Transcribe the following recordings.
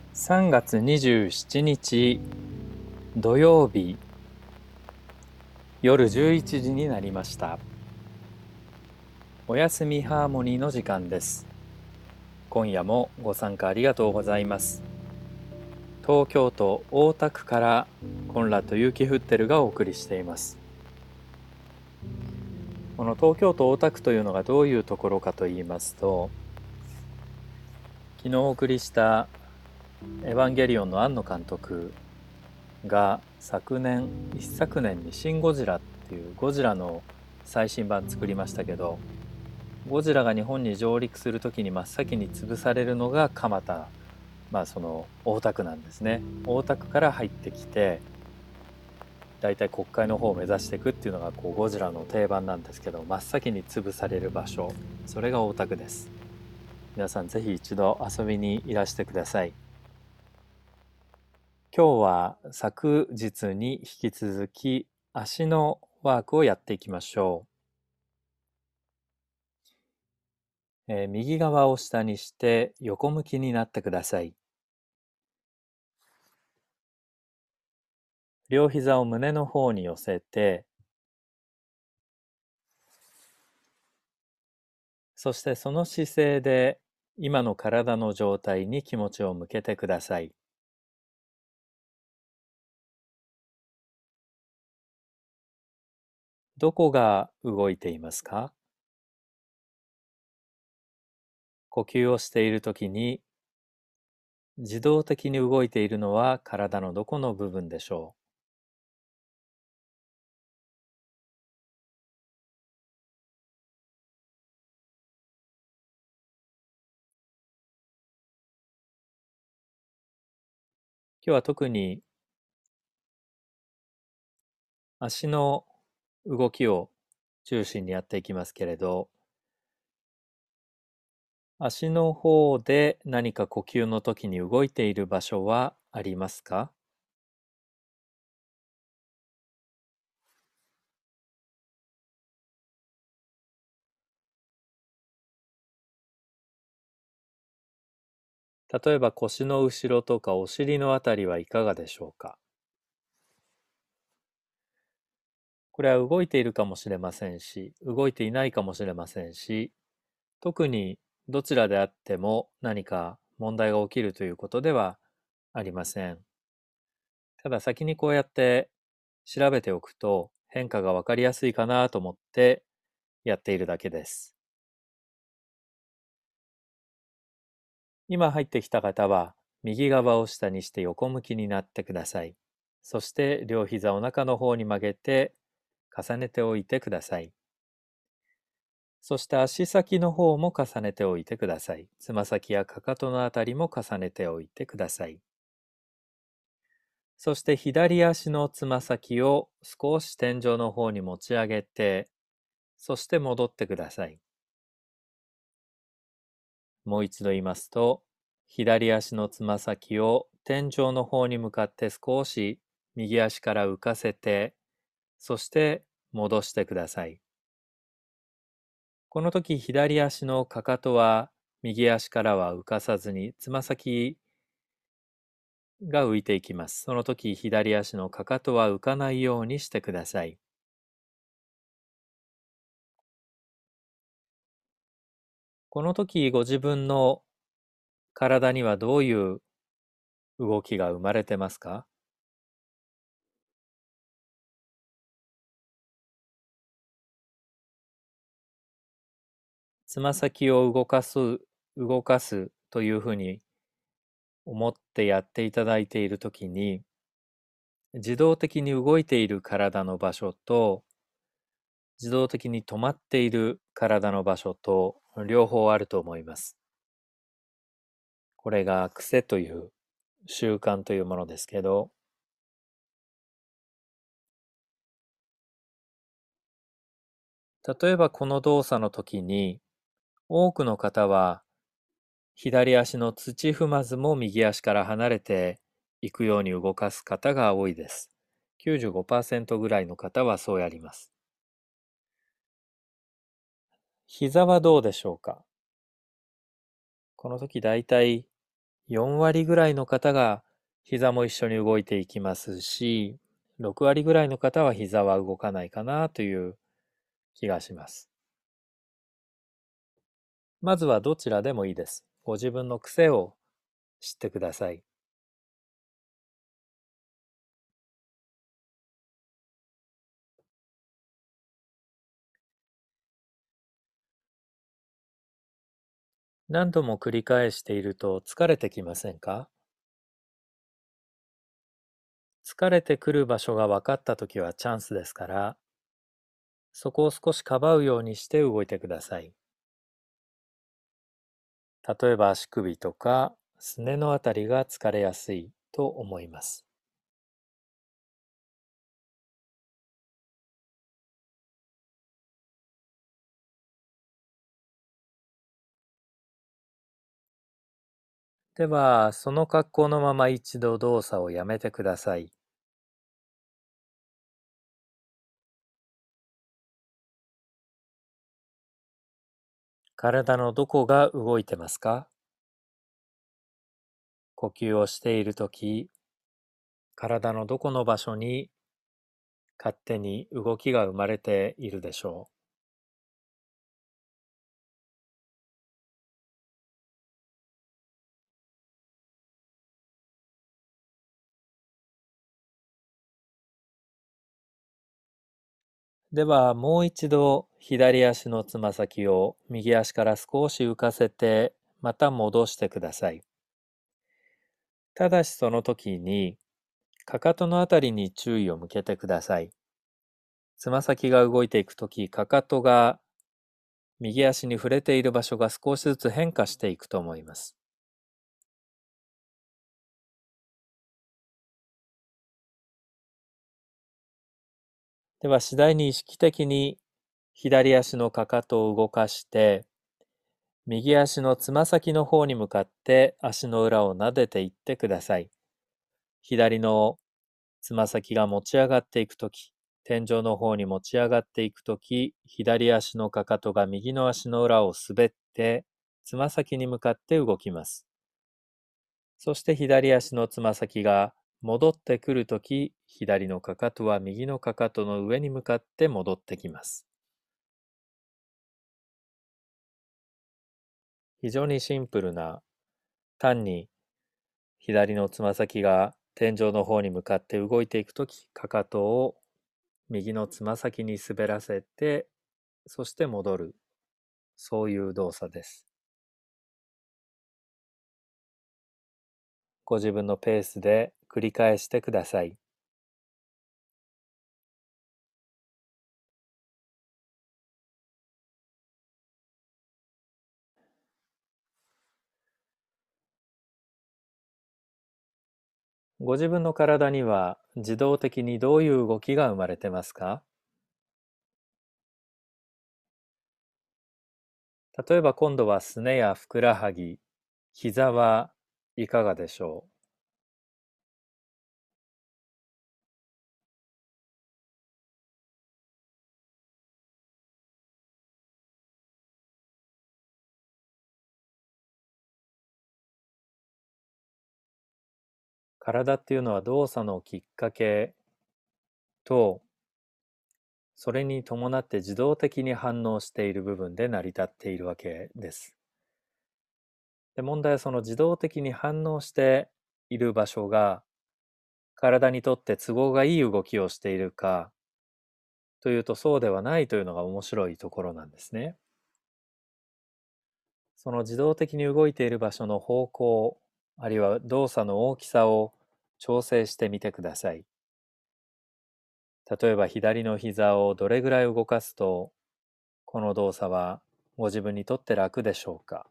3月27日土曜日夜11時になりました。おやすみハーモニーの時間です。今夜もご参加ありがとうございます。東京都大田区からコンラッド・ユーキフッテルがお送りしています。この東京都大田区というのがどういうところかと言いますと、昨日お送りしたエヴァンゲリオンの庵野監督が一昨年にシン・ゴジラっていうゴジラの最新版作りましたけど、ゴジラが日本に上陸する時に真っ先に潰されるのが蒲田、その大田区なんですね。大田区から入ってきて、だいたい国会の方を目指していくっていうのがゴジラの定番なんですけど、真っ先に潰される場所、それが大田区です。皆さんぜひ一度遊びにいらしてください。今日は昨日に引き続き足のワークをやっていきましょう。右側を下にして横向きになってください。両膝を胸の方に寄せて、そしてその姿勢で今の体の状態に気持ちを向けてください。どこが動いていますか？呼吸をしているときに自動的に動いているのは体のどこの部分でしょう？今日は特に足の動きを中心にやっていきますけれど、足の方で何か呼吸の時に動いている場所はありますか？例えば腰の後ろとかお尻のあたりはいかがでしょうか？これは動いているかもしれませんし、動いていないかもしれませんし、特にどちらであっても何か問題が起きるということではありません。ただ先にこうやって調べておくと変化がわかりやすいかなと思ってやっているだけです。今入ってきた方は右側を下にして横向きになってください。そして両膝を中の方に曲げて重ねておいてください。そして足先の方も重ねておいてください。つま先やかかとのあたりも重ねておいてください。そして左足のつま先を少し天井の方に持ち上げて、そして戻ってください。もう一度言いますと、左足のつま先を天井の方に向かって少し右足から浮かせて、そして戻してください。この時左足のかかとは右足からは浮かさずにつま先が浮いていきます。その時左足のかかとは浮かないようにしてください。この時ご自分の体にはどういう動きが生まれてますか？つま先を動かすというふうに思ってやっていただいているときに、自動的に動いている体の場所と、自動的に止まっている体の場所と、両方あると思います。これが癖という習慣というものですけど、例えばこの動作の時に、多くの方は左足の土踏まずも右足から離れていくように動かす方が多いです。95% ぐらいの方はそうやります。膝はどうでしょうか？この時だいたい 4割ぐらいの方が膝も一緒に動いていきますし、6割ぐらいの方は膝は動かないかなという気がします。まずはどちらでもいいです。ご自分の癖を知ってください。何度も繰り返していると疲れてきませんか？疲れてくる場所が分かったときはチャンスですから、そこを少しかばうようにして動いてください。例えば足首とかすねのあたりが疲れやすいと思います。では、その格好のまま一度動作をやめてください。体のどこが動いてますか？呼吸をしているとき、体のどこの場所に勝手に動きが生まれているでしょう。では、もう一度左足のつま先を右足から少し浮かせて、また戻してください。ただしその時に、かかとのあたりに注意を向けてください。つま先が動いていくとき、かかとが右足に触れている場所が少しずつ変化していくと思います。では次第に意識的に左足のかかとを動かして、右足のつま先の方に向かって足の裏を撫でていってください。左のつま先が持ち上がっていくとき、天井の方に持ち上がっていくとき、左足のかかとが右の足の裏を滑って、つま先に向かって動きます。そして左足のつま先が戻ってくるとき、左のかかとは右のかかとの上に向かって戻ってきます。非常にシンプルな、単に左のつま先が天井の方に向かって動いていくとき、かかとを右のつま先に滑らせて、そして戻る。そういう動作です。ご自分のペースで繰り返してください。ご自分の体には自動的にどういう動きが生まれてますか？例えば今度はすねやふくらはぎ、膝はいかがでしょう？体っていうのは動作のきっかけと、それに伴って自動的に反応している部分で成り立っているわけです。で、問題はその自動的に反応している場所が体にとって都合がいい動きをしているかというとそうではないというのが面白いところなんですね。その自動的に動いている場所の方向、あるいは動作の大きさを調整してみてください。例えば左の膝をどれぐらい動かすと、この動作はご自分にとって楽でしょうか？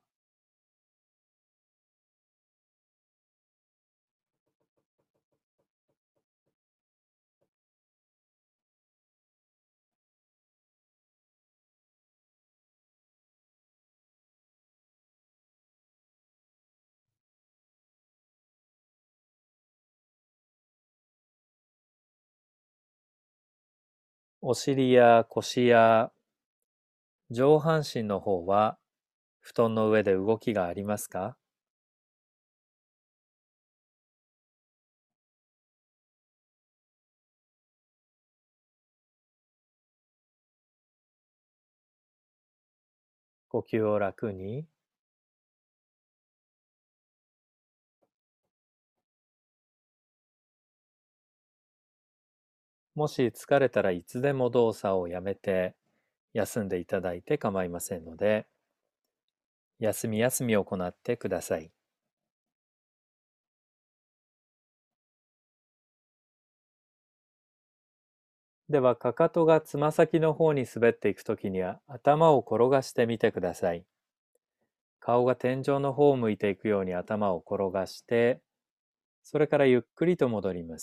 お尻や腰や上半身の方は布団の上で動きがありますか？ 呼吸を楽に。もし疲れたらいつでも動作をやめて休んでいただいて構いませんので、休み休み行ってください。では、かかとがつま先の方に滑っていくときには頭を転がしてみてください。顔が天井の方を向いていくように頭を転がして、それからゆっくりと戻ります。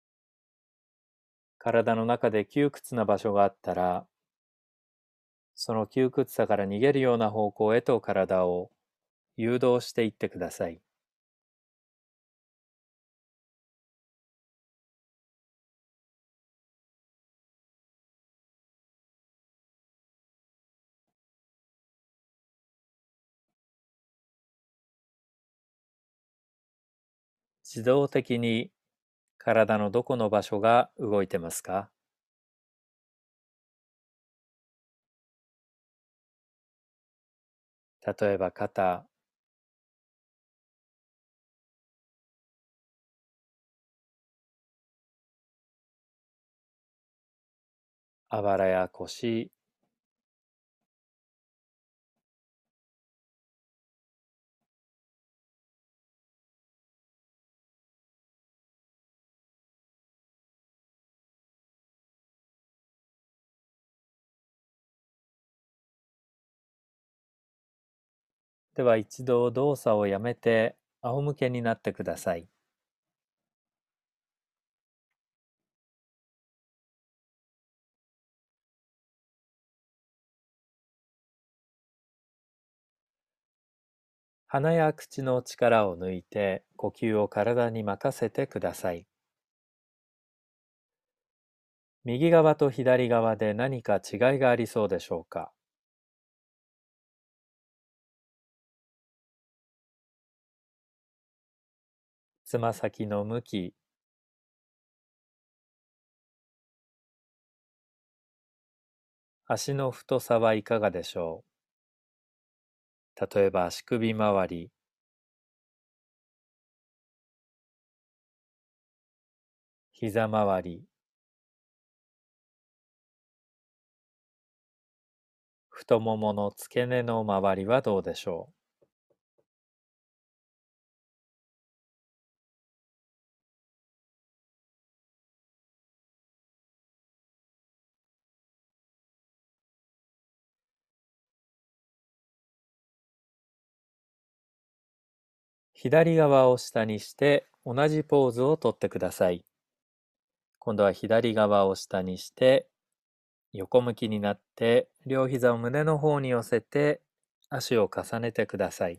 体の中で窮屈な場所があったら、その窮屈さから逃げるような方向へと体を誘導していってください。自動的に体のどこの場所が動いてますか？例えば肩、あばらや腰、では一度動作をやめて仰向けになってください。鼻や口の力を抜いて呼吸を体に任せてください。右側と左側で何か違いがありそうでしょうか？つま先の向き、足の太さはいかがでしょう？例えば足首周り、膝周り、太ももの付け根の周りはどうでしょう？左側を下にして同じポーズをとってください。今度は左側を下にして横向きになって両膝を胸の方に寄せて足を重ねてください。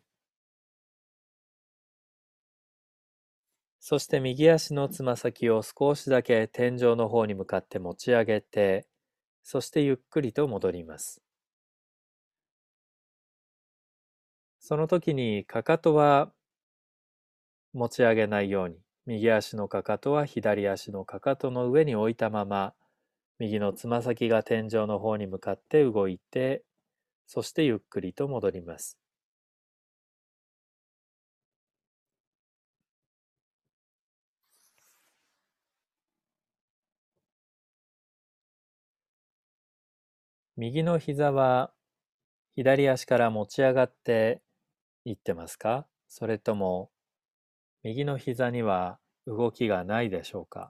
そして右足のつま先を少しだけ天井の方に向かって持ち上げて、そしてゆっくりと戻ります。その時にかかとは持ち上げないように、右足のかかとは左足のかかとの上に置いたまま、右のつま先が天井の方に向かって動いて、そしてゆっくりと戻ります。右の膝は左足から持ち上がっていってますか？それとも右の膝には動きがないでしょうか？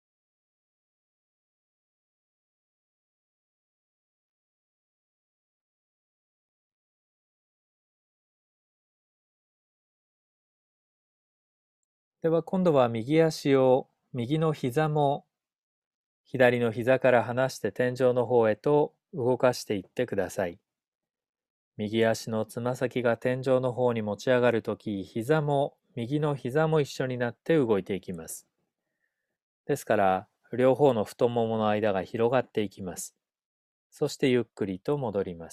では今度は右足を、右の膝も左の膝から離して天井の方へと動かしていってください。右足のつま先が天井の方に持ち上がるとき、右の膝も一緒になって動いていきます。ですから、両方の太ももの間が広がっていきます。そしてゆっくりと戻ります。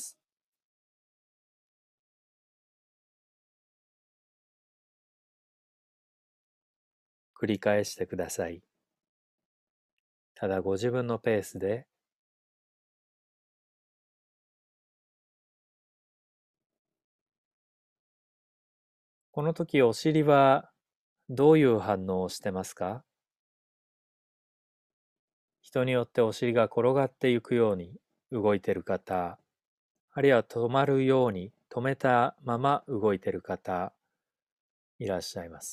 繰り返してください。ただご自分のペースでこの時お尻はどういう反応をしてますか？人によってお尻が転がっていくように動いている方、あるいは止まるように止めたまま動いている方いらっしゃいます。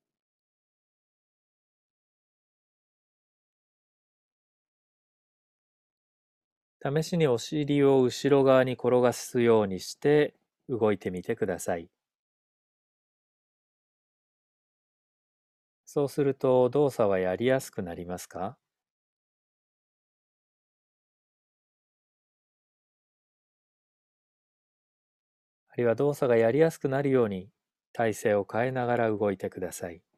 試しにお尻を後ろ側に転がすようにして動いてみてください。そうすると動作はやりやすくなりますか？あるいは動作がやりやすくなるように体勢を変えながら動いてください。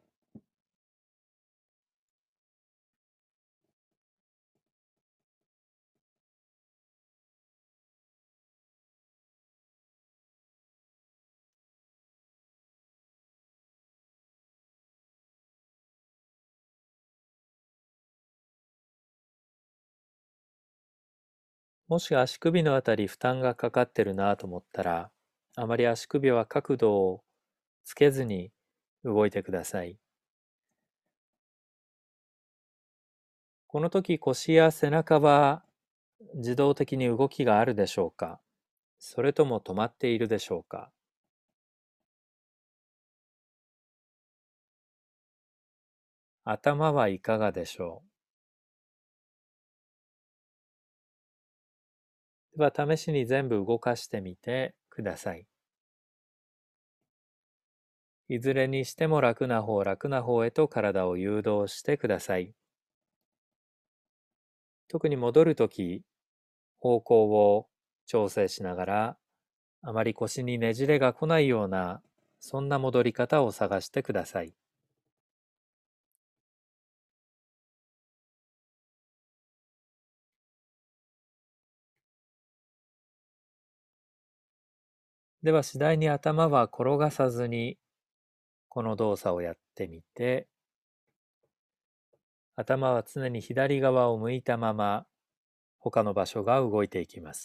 もし足首のあたり負担がかかってるなと思ったら、あまり足首は角度をつけずに動いてください。この時腰や背中は自動的に動きがあるでしょうか？それとも止まっているでしょうか？頭はいかがでしょう？では試しに全部動かしてみてください。いずれにしても楽な方へと体を誘導してください。特に戻るとき、方向を調整しながら、あまり腰にねじれが来ないような、そんな戻り方を探してください。では次第に頭は転がさずに、この動作をやってみて、頭は常に左側を向いたまま、他の場所が動いていきます。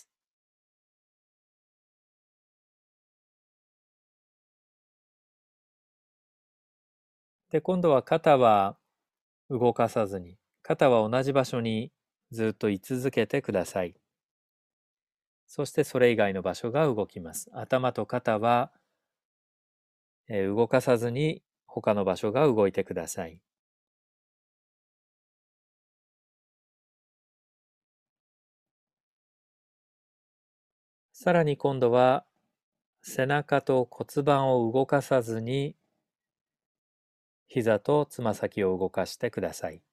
で、今度は肩は動かさずに、肩は同じ場所にずっと居続けてください。そしてそれ以外の場所が動きます。頭と肩は、動かさずに他の場所が動いてください。さらに今度は背中と骨盤を動かさずに膝とつま先を動かしてください。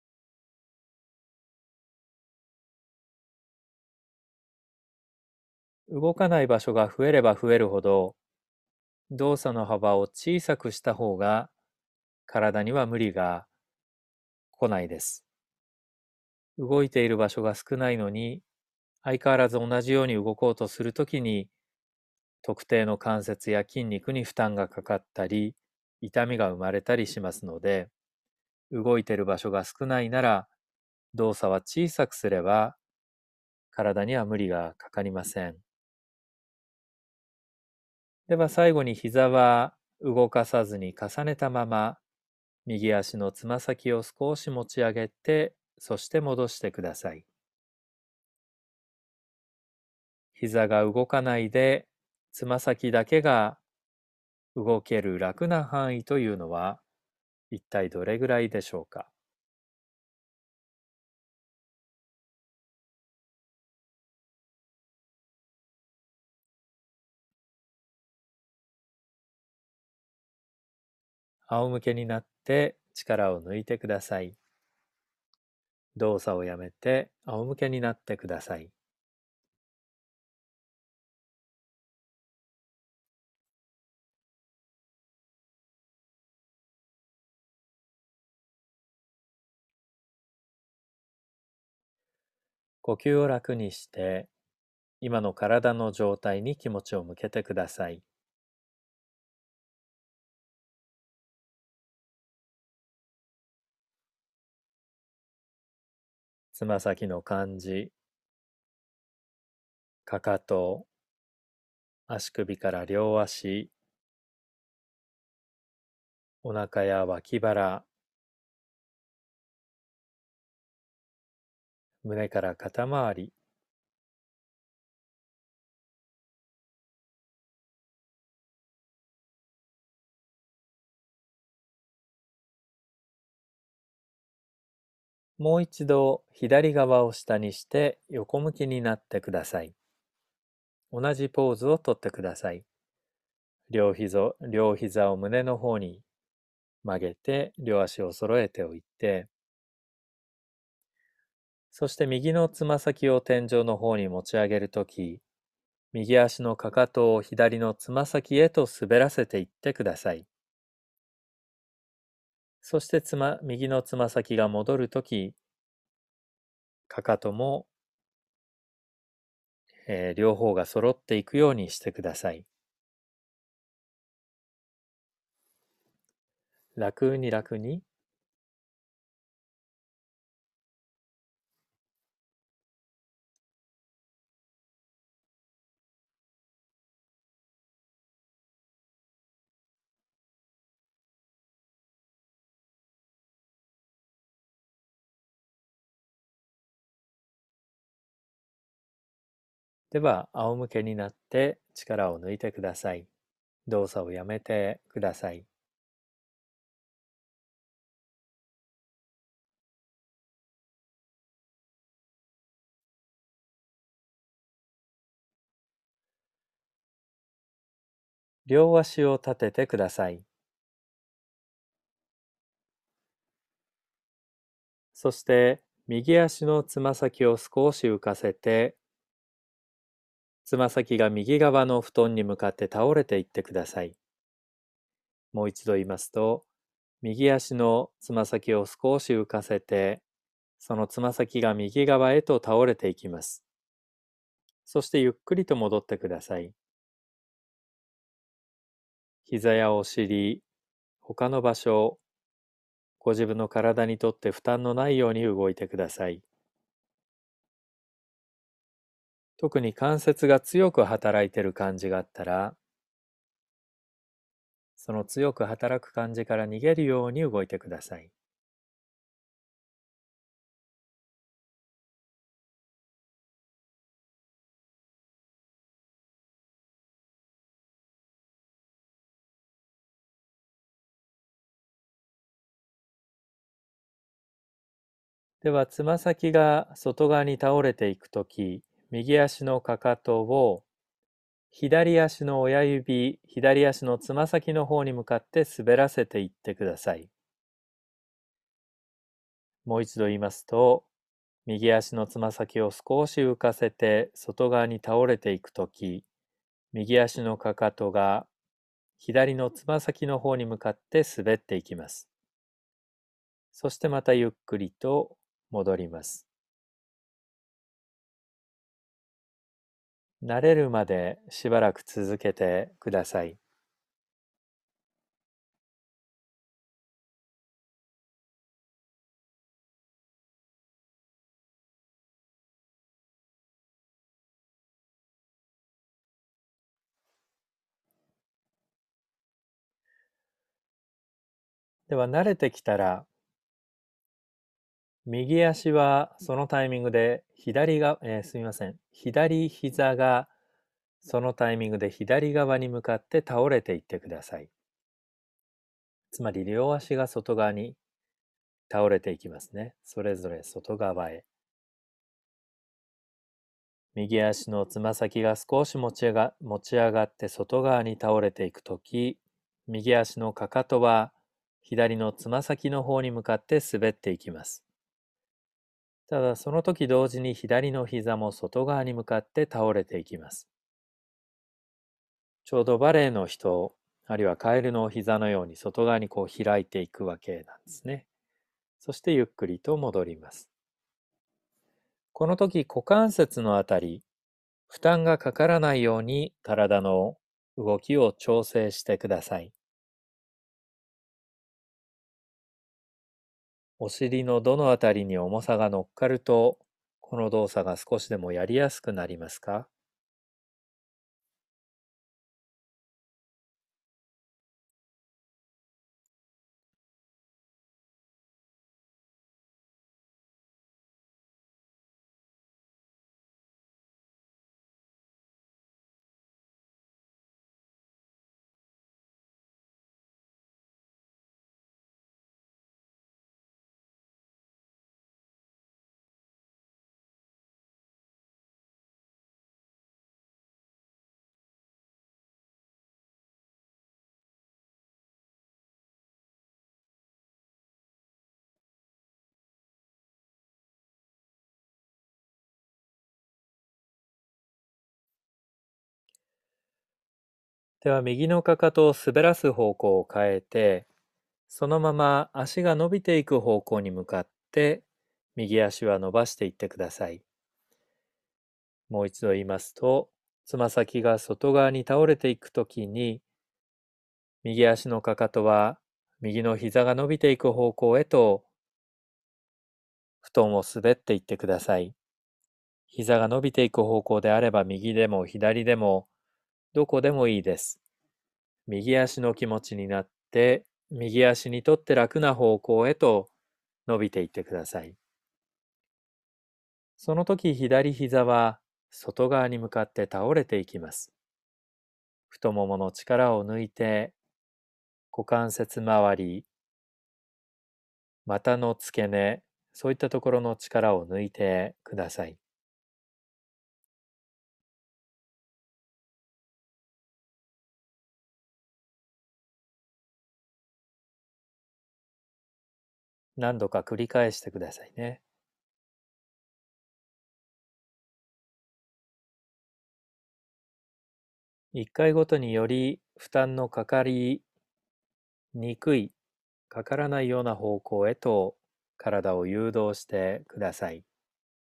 動かない場所が増えれば増えるほど動作の幅を小さくした方が体には無理が来ないです。動いている場所が少ないのに相変わらず同じように動こうとするときに特定の関節や筋肉に負担がかかったり痛みが生まれたりしますので、動いている場所が少ないなら動作は小さくすれば体には無理がかかりません。では最後に膝は動かさずに重ねたまま右足のつま先を少し持ち上げて、そして戻してください。膝が動かないでつま先だけが動ける楽な範囲というのは一体どれぐらいでしょうか？仰向けになって力を抜いてください。動作をやめて仰向けになってください。呼吸を楽にして今の体の状態に気持ちを向けてください。つま先の感じ、かかと、足首から両足、 お腹や脇腹、胸から肩周り、もう一度左側を下にして横向きになってください。同じポーズをとってください。両膝を胸の方に曲げて両足を揃えておいて、そして右のつま先を天井の方に持ち上げるとき、右足のかかとを左のつま先へと滑らせていってください。そして右のつま先が戻るとき、かかとも、両方が揃っていくようにしてください。楽に楽に。では、仰向けになって力を抜いてください。動作をやめてください。両足を立ててください。そして右足のつま先を少し浮かせて、つま先が右側の布団に向かって倒れていってください。もう一度言いますと、右足のつま先を少し浮かせて、そのつま先が右側へと倒れていきます。そしてゆっくりと戻ってください。膝やお尻、他の場所、ご自分の体にとって負担のないように動いてください。特に関節が強く働いている感じがあったら、その強く働く感じから逃げるように動いてください。では、つま先が外側に倒れていくとき、右足のかかとを左足の親指、左足のつま先の方に向かって滑らせていってください。もう一度言いますと、右足のつま先を少し浮かせて外側に倒れていくとき、右足のかかとが左のつま先の方に向かって滑っていきます。そしてまたゆっくりと戻ります。慣れるまでしばらく続けてください。では慣れてきたら、右足はそのタイミングですみません。左膝がそのタイミングで左側に向かって倒れていってください。つまり両足が外側に倒れていきますね。それぞれ外側へ。右足のつま先が少し持ち上がって外側に倒れていくとき、右足のかかとは左のつま先の方に向かって滑っていきます。ただその時同時に左の膝も外側に向かって倒れていきます。ちょうどバレエの人、あるいはカエルの膝のように外側にこう開いていくわけなんですね。そしてゆっくりと戻ります。この時股関節のあたり、負担がかからないように体の動きを調整してください。お尻のどのあたりに重さが乗っかると、この動作が少しでもやりやすくなりますか？ では右のかかとを滑らす方向を変えて、そのまま足が伸びていく方向に向かって右足は伸ばしていってください。もう一度言いますと、つま先が外側に倒れていくときに、右足のかかとは右の膝が伸びていく方向へと布団を滑っていってください。膝が伸びていく方向であれば右でも左でもどこでもいいです。右足の気持ちになって右足にとって楽な方向へと伸びていってください。その時左膝は外側に向かって倒れていきます。太ももの力を抜いて股関節周り、股の付け根、そういったところの力を抜いてください。何度か繰り返してくださいね。1回ごとにより負担のかかりにくい、かからないような方向へと体を誘導してください。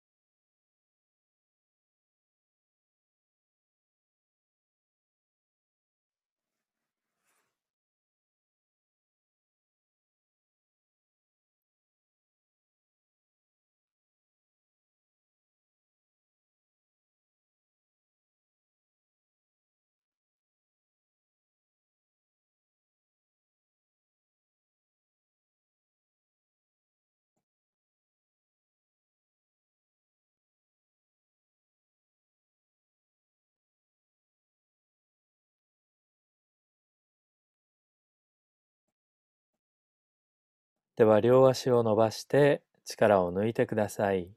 では両足を伸ばして力を抜いてください。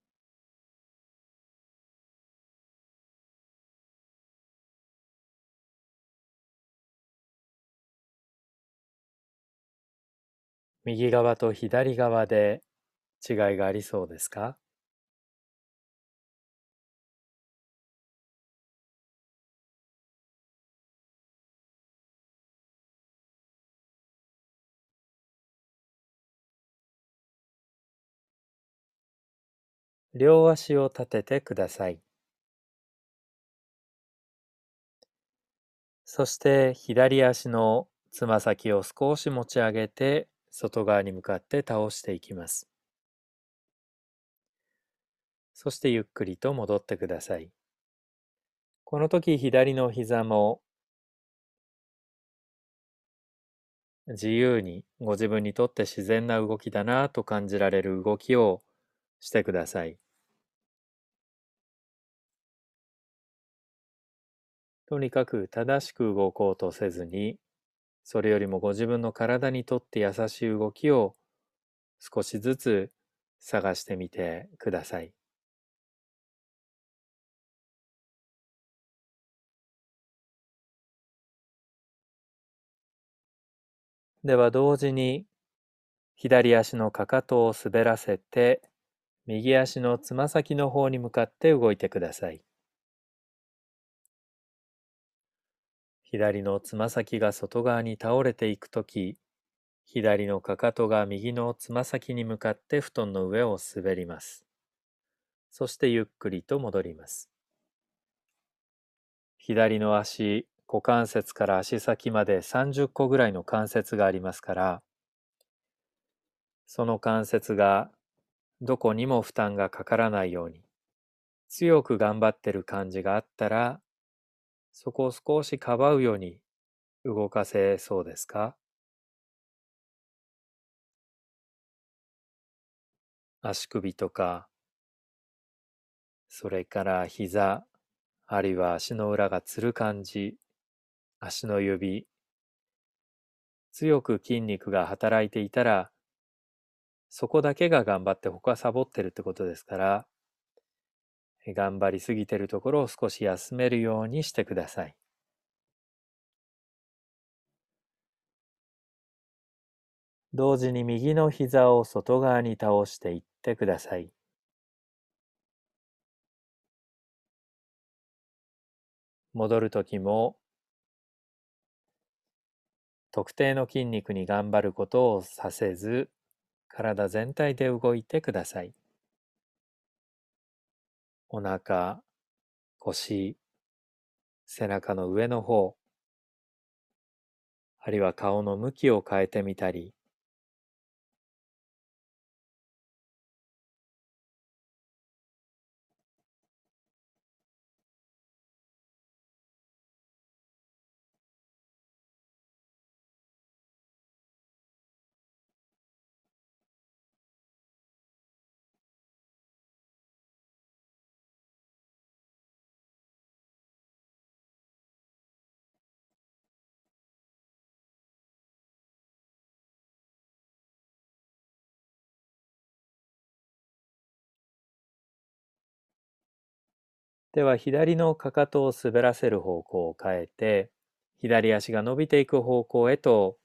右側と左側で違いがありそうですか？両足を立ててください。そして左足のつま先を少し持ち上げて外側に向かって倒していきます。そしてゆっくりと戻ってください。この時左の膝も自由にご自分にとって自然な動きだなと感じられる動きをしてください。とにかく正しく動こうとせずに、それよりもご自分の体にとって優しい動きを少しずつ探してみてください。では同時に左足のかかとを滑らせて、右足のつま先の方に向かって動いてください。左のつま先が外側に倒れていくとき、左のかかとが右のつま先に向かって布団の上を滑ります。そしてゆっくりと戻ります。左の足、股関節から足先まで30個ぐらいの関節がありますから、その関節がどこにも負担がかからないように、強く頑張ってる感じがあったら、そこを少しかばうように動かせそうですか？足首とか、それから膝、あるいは足の裏がつる感じ、足の指、強く筋肉が働いていたら、そこだけが頑張って他サボってるってことですから、頑張りすぎてるところを少し休めるようにしてください。同時に右の膝を外側に倒していってください。戻るときも特定の筋肉に頑張ることをさせず、体全体で動いてください。お腹、腰、背中の上の方、あるいは顔の向きを変えてみたり、では左のかかとを滑らせる方向を変えて、左足が伸びていく方向へと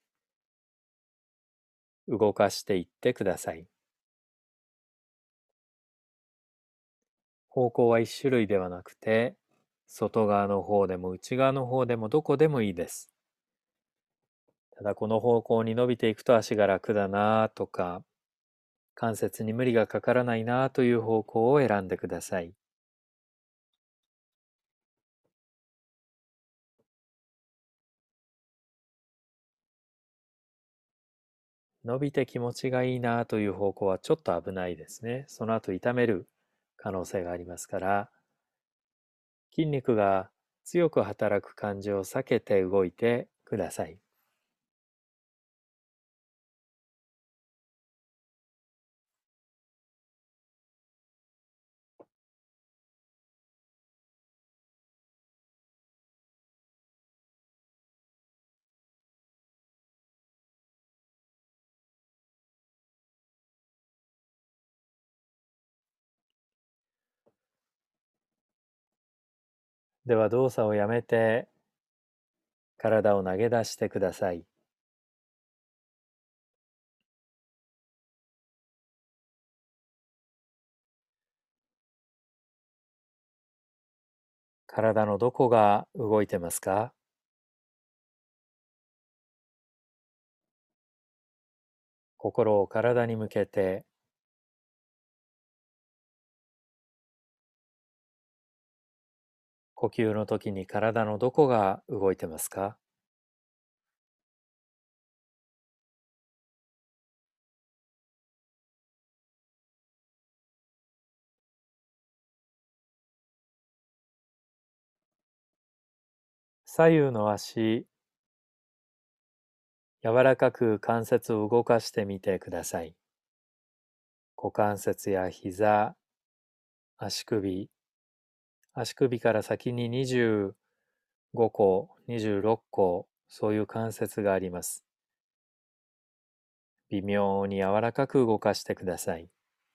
動かしていってください。方向は一種類ではなくて、外側の方でも内側の方でもどこでもいいです。ただこの方向に伸びていくと足が楽だなとか、関節に無理がかからないなという方向を選んでください。伸びて気持ちがいいなという方向はちょっと危ないですね。その後痛める可能性がありますから、筋肉が強く働く感じを避けて動いてください。では動作をやめて体を投げ出してください。体のどこが動いてますか？心を体に向けて、呼吸の時に体のどこが動いてますか？左右の足、柔らかく関節を動かしてみてください。股関節や膝、足首、足首から先に25個、26個、そういう関節があります。微妙に柔らかく動かしてください。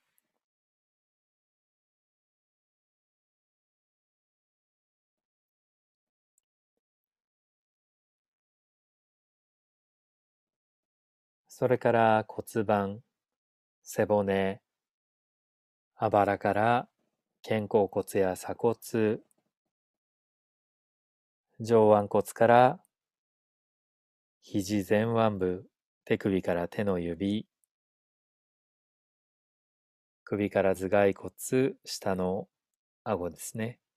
それから骨盤、背骨、あばらから肩甲骨や鎖骨、上腕骨から肘前腕部、手首から手の指、首から頭蓋骨、下の顎ですね。